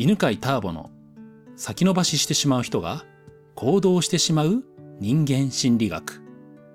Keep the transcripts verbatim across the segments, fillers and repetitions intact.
犬飼ターボの先延ばししてしまう人が行動してしまう人間心理学。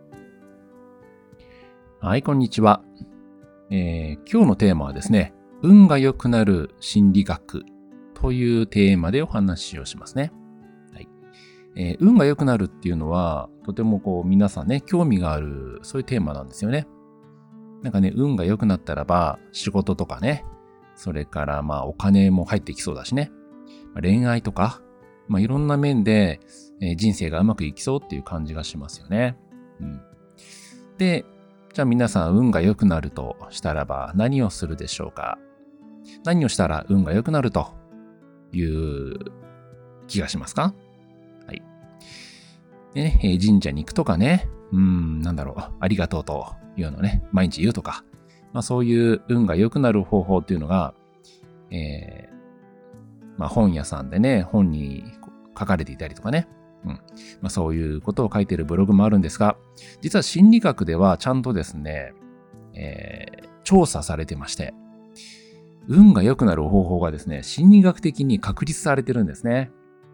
はい、こんにちは。えー、今日のテーマはですね、運が良くなる心理学というテーマでお話をしますね。はい。えー、運が良くなるっていうのは、とてもこう皆さんね、興味がある、そういうテーマなんですよね。なんかね、運が良くなったらば、仕事とかね、それからまあお金も入ってきそうだしね、恋愛とか、まあいろんな面で、えー、人生がうまくいきそうっていう感じがしますよね。うん。で、じゃあ皆さん運が良くなるとしたらば何をするでしょうか？何をしたら運が良くなるという気がしますか？はい。でね、えー、神社に行くとかね、うーん、なんだろう、ありがとうというのをね、毎日言うとか、まあそういう運が良くなる方法っていうのが、えー、まあ本屋さんでね、本に書かれていたりとかね、うん。まあそういうことを書いているブログもあるんですが、実は心理学ではちゃんとですね、えー、調査されてまして、運が良くなる方法がですね、心理学的に確立されてるんですね。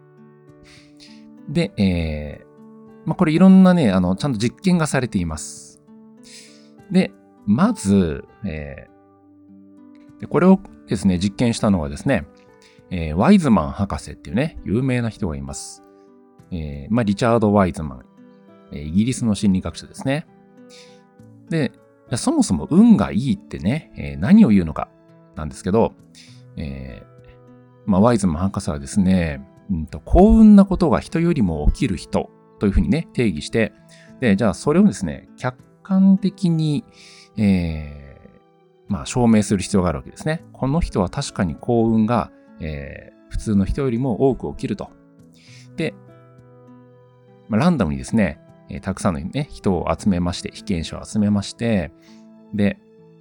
で、えー、まあこれいろんなね、あの、ちゃんと実験がされています。で、まず、えー、でこれをですね、実験したのはですね、えー、ワイズマン博士っていうね、有名な人がいます。えー、まあ、リチャード・ワイズマン、えー、イギリスの心理学者ですね。で、そもそも運がいいってね、えー、何を言うのかなんですけど、えーまあ、ワイズマン博士はですね、うんと、幸運なことが人よりも起きる人というふうにね、定義して、で、じゃあそれをですね、客観的に、えーまあ、証明する必要があるわけですね。この人は確かに幸運が、えー、普通の人よりも多く起きると。で、まあ、ランダムにですね、えー、たくさんの、ね、人を集めまして、被験者を集めまして、で、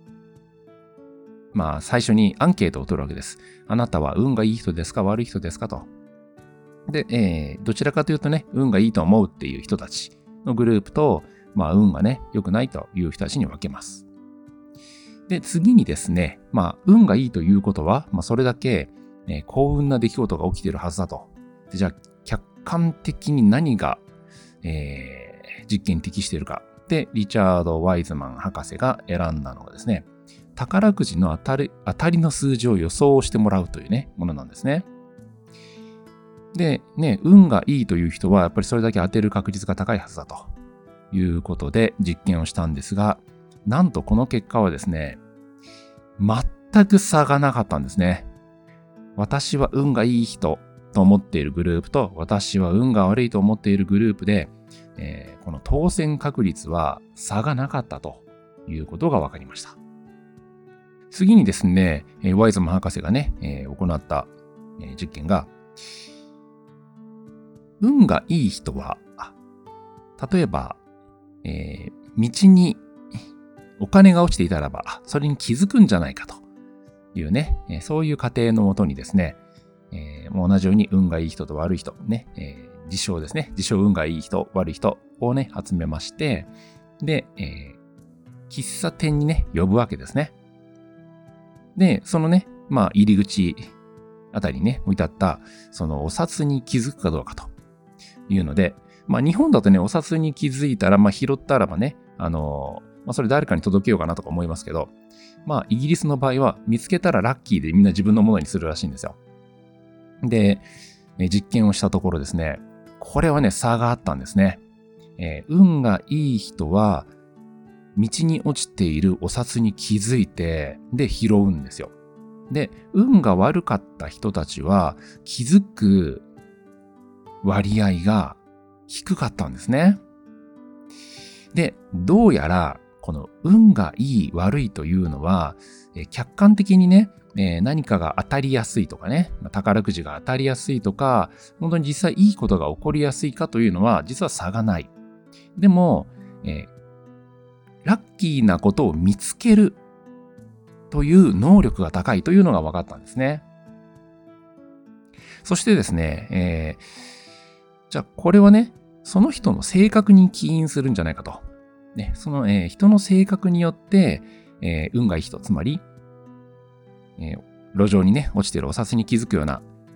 まあ最初にアンケートを取るわけです。あなたは運がいい人ですか悪い人ですかと。で、えー、どちらかというとね、運がいいと思うっていう人たちのグループと、まあ運がね、良くないという人たちに分けます。で、次にですね、まあ運がいいということは、まあそれだけ、えー、幸運な出来事が起きているはずだと。でじゃあ、客観的に何が、えー、実験に適しているか。で、リチャード・ワイズマン博士が選んだのがですね、宝くじの当たり、当たりの数字を予想してもらうというね、ものなんですね。で、ね、運がいいという人は、やっぱりそれだけ当てる確率が高いはずだということで実験をしたんですが、なんとこの結果はですね、全く差がなかったんですね。私は運がいい人と思っているグループと、私は運が悪いと思っているグループで、えー、この当選確率は差がなかったということが分かりました。次にですね、ワイズマン博士がね、えー、行った、えー、実験が、運がいい人は、例えば、えー、道にお金が落ちていたらば、それに気づくんじゃないかというね、えー、そういう過程のもとにですね、えー、もう同じように運がいい人と悪い人、ね、えー、自称ですね、自称運がいい人、悪い人をね、集めまして、で、えー、喫茶店にね、呼ぶわけですね。で、そのね、まあ、入り口あたりにね、置いてあった、そのお札に気づくかどうかというので、まあ、日本だとね、お札に気づいたら、まあ、拾ったらばね、あのー、まあ、それ誰かに届けようかなとか思いますけど、まあ、イギリスの場合は、見つけたらラッキーでみんな自分のものにするらしいんですよ。で、実験をしたところですね、これはね、差があったんですね。えー、運がいい人は、道に落ちているお札に気づいて、で、拾うんですよ。で、運が悪かった人たちは、気づく割合が低かったんですね。で、どうやら、この運がいい悪いというのは、え客観的にね、えー、何かが当たりやすいとかね、宝くじが当たりやすいとか、本当に実際いいことが起こりやすいかというのは、実は差がない。でも、えーラッキーなことを見つけるという能力が高いというのが分かったんですね。そしてですね、えー、じゃあこれはね、その人の性格に起因するんじゃないかと。ね、その、えー、人の性格によって、えー、運がいい人、つまり、えー、路上にね、落ちているお札に気づくような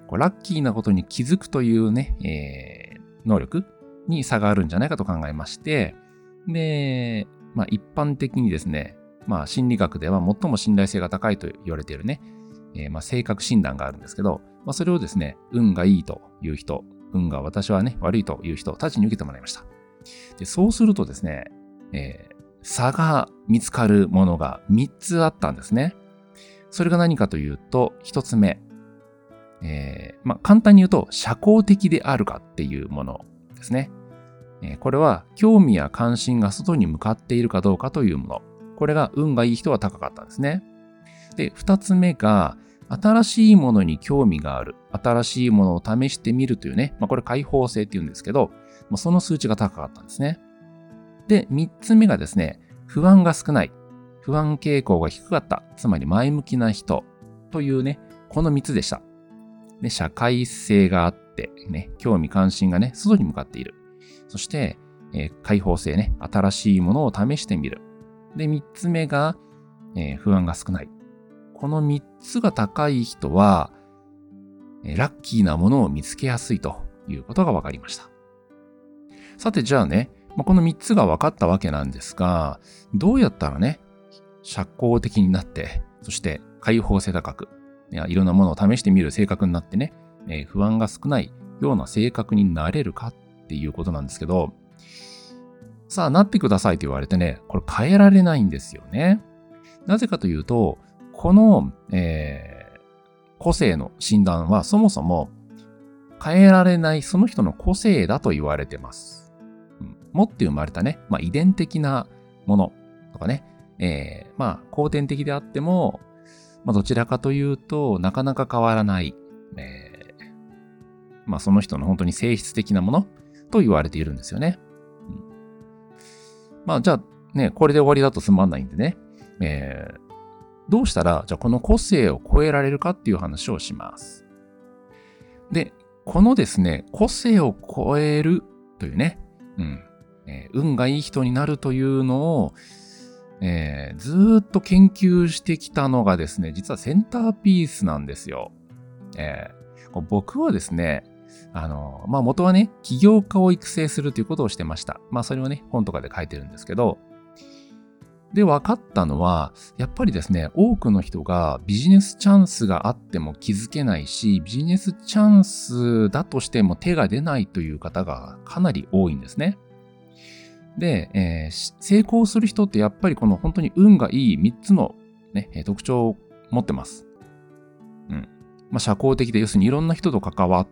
こうラッキーなことに気づくというね、えー、能力に差があるんじゃないかと考えまして、で、まあ一般的にですね、まあ心理学では最も信頼性が高いと言われているね、えー、まあ性格診断があるんですけど、まあそれをですね、運がいいという人、運が私はね、悪いという人たちに受けてもらいました。で、そうするとですね、えー、差が見つかるものがみっつあったんですね。それが何かというと、ひとつめ、えー、まあ簡単に言うと、社交的であるかっていうものですね。えー、これは興味や関心が外に向かっているかどうかというもの。これが運がいい人は高かったんですね。で、二つ目が、新しいものに興味がある。新しいものを試してみるというね。まあ、これ開放性って言うんですけど、まあ、その数値が高かったんですね。で、三つ目がですね、不安が少ない。不安傾向が低かった。つまり前向きな人というね、この三つでした。で、社会性があって、ね、興味関心がね、外に向かっている。そして、えー、開放性ね、新しいものを試してみる。で、三つ目が、えー、不安が少ない。この三つが高い人は、ラッキーなものを見つけやすいということが分かりました。さてじゃあね、この三つが分かったわけなんですが、どうやったらね、社交的になって、そして開放性高く、いや、いろんなものを試してみる性格になってね、不安が少ないような性格になれるかっていうことなんですけど、さあなってくださいと言われてね、これ変えられないんですよね。なぜかというと、この、えー、個性の診断はそもそも変えられないその人の個性だと言われてます。うん、持って生まれたね、まあ、遺伝的なものとかね、えー、まあ後天的であっても、まあ、どちらかというとなかなか変わらない、えー、まあその人の本当に性質的なものと言われているんですよね。うん、まあじゃあね、これで終わりだとつまんないんでね、えーどうしたら、じゃあこの個性を超えられるかっていう話をします。で、このですね、個性を超えるというね、うん、えー、運がいい人になるというのを、えー、ずーっと研究してきたのがですね、実はセンターピースなんですよ。えー、僕はですね、あの、まあ、元はね、起業家を育成するということをしてました。まあ、それをね、本とかで書いてるんですけど、で、分かったのは、やっぱりですね、多くの人がビジネスチャンスがあっても気づけないし、ビジネスチャンスだとしても手が出ないという方がかなり多いんですね。で、えー、成功する人ってやっぱりこの本当に運がいいみっつの、ね、特徴を持ってます。うん。まあ、社交的で、要するにいろんな人と関わって、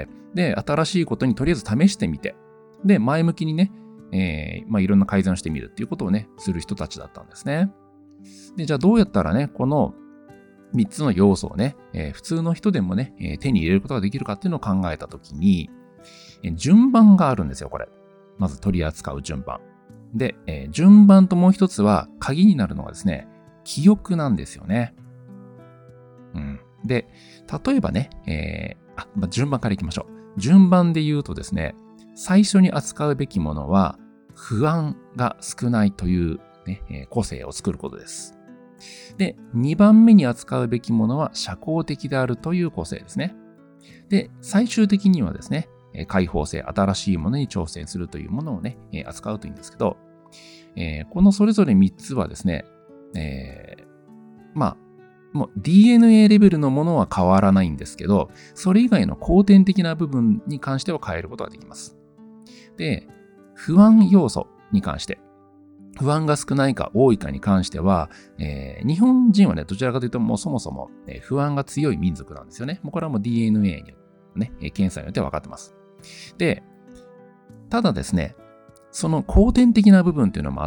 で、新しいことにとりあえず試してみて、で、前向きにね、えー、まあいろんな改善をしてみるっていうことをね、する人たちだったんですね。で、じゃあどうやったらね、このみっつの要素をね、えー、普通の人でもね、えー、手に入れることができるかっていうのを考えたときに、えー、順番があるんですよ、これ。まず取り扱う順番。で、えー、順番ともう一つは鍵になるのがですね、記憶なんですよね。うん。で、例えばね、えー、あ、まあ、順番からいきましょう。順番で言うとですね、最初に扱うべきものは、不安が少ないという、ね、個性を作ることです。で、にばんめに扱うべきものは社交的であるという個性ですね。で、最終的にはですね、開放性、新しいものに挑戦するというものをね、扱うというんですけど、このそれぞれみっつはですね、えー、まあ、もう ディーエヌエー レベルのものは変わらないんですけど、それ以外の後天的な部分に関しては変えることができます。で、不安要素に関して、不安が少ないか多いかに関しては、えー、日本人はね、どちらかというともうそもそも、えー、不安が強い民族なんですよね。もうこれはもう ディーエヌエー によってね、検査によって分かってます。で、ただですね、その後天的な部分っていうのもあって、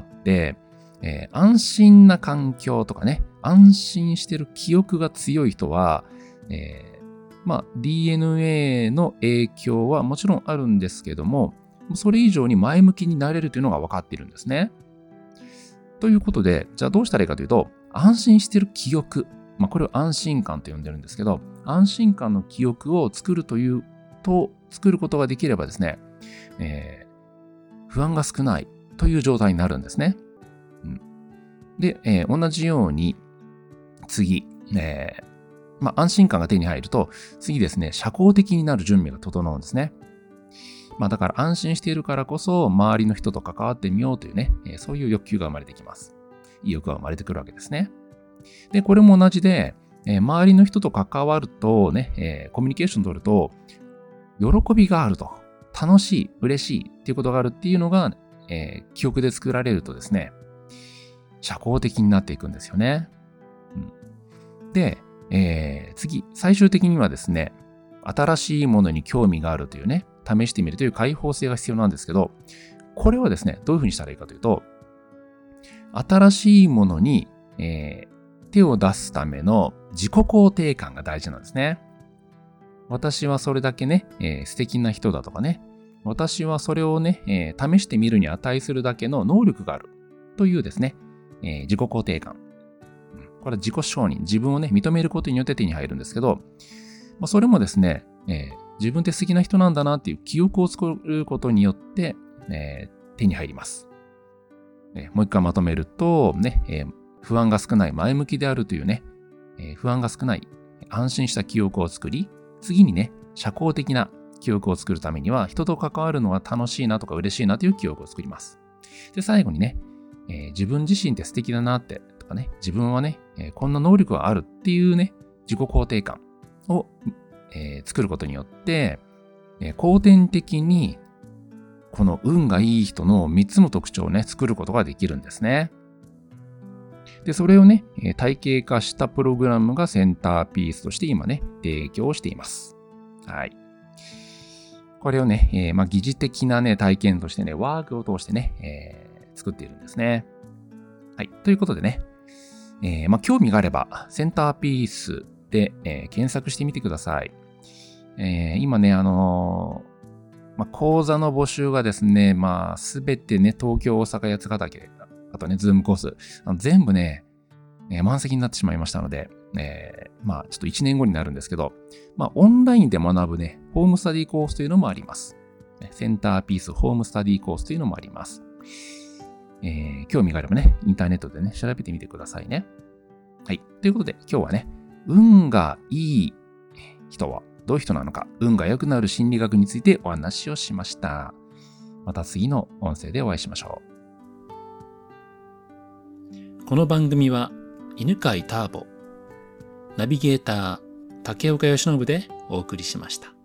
えー、安心な環境とかね、安心してる記憶が強い人は、えー、まあ ディーエヌエー の影響はもちろんあるんですけども、それ以上に前向きになれるというのが分かっているんですね。ということで、じゃあどうしたらいいかというと、安心している記憶、まあ、これを安心感と呼んでるんですけど、安心感の記憶を作るというと、作ることができればですね、えー、不安が少ないという状態になるんですね。うん、で、えー、同じように、次、えーまあ安心感が手に入ると、次ですね、社交的になる準備が整うんですね。まあだから安心しているからこそ、周りの人と関わってみようというね、えー、そういう欲求が生まれてきます。意欲が生まれてくるわけですね。で、これも同じで、えー、周りの人と関わるとね、えー、コミュニケーション取ると、喜びがあると、楽しい、嬉しいっていうことがあるっていうのが、えー、記憶で作られるとですね、社交的になっていくんですよね。うん、で、えー、次、最終的にはですね、新しいものに興味があるというね、試してみるという開放性が必要なんですけど、これはですね、どういうふうにしたらいいかというと、新しいものに、えー、手を出すための自己肯定感が大事なんですね。私はそれだけね、えー、素敵な人だとかね、私はそれをね、えー、試してみるに値するだけの能力があるというですね、えー、自己肯定感。これは自己承認、自分をね、認めることによって手に入るんですけど、まあ、それもですね、えー、自分って素敵な人なんだなっていう記憶を作ることによって、えー、手に入ります。えー、もう一回まとめると、ね、えー、不安が少ない前向きであるというね、えー、不安が少ない安心した記憶を作り、次にね、社交的な記憶を作るためには、人と関わるのが楽しいなとか嬉しいなという記憶を作ります。で、最後にね、えー、自分自身って素敵だなってとかね、自分はね、えー、こんな能力があるっていうね、自己肯定感を、えー、作ることによって、えー、後天的にこの運がいい人のみっつの特徴をね、作ることができるんですね。で、それをね、体系化したプログラムがセンターピースとして今ね、提供しています。はい。これをね、えー、まあ、疑似的なね、体験としてね、ワークを通してね、えー、作っているんですね。はい。ということでね、えー、まあ、興味があれば、センターピースで、えー、検索してみてください。えー、今ね、あのー、まあ、講座の募集がですね、まあ、すべてね、東京、大阪、八ヶ岳、あとね、ズームコース、あの全部ね、えー、満席になってしまいましたので、えー、まあ、ちょっといちねんごになるんですけど、まあ、オンラインで学ぶね、ホームスタディコースというのもあります。センターピースホームスタディコースというのもあります。えー、興味があればね、インターネットでね、調べてみてくださいね。はい。ということで、今日はね、運がいい人はどういう人なのか、運が良くなる心理学についてお話をしました。また次の音声でお会いしましょう。この番組は、犬飼ターボ、ナビゲーター、竹岡由伸でお送りしました。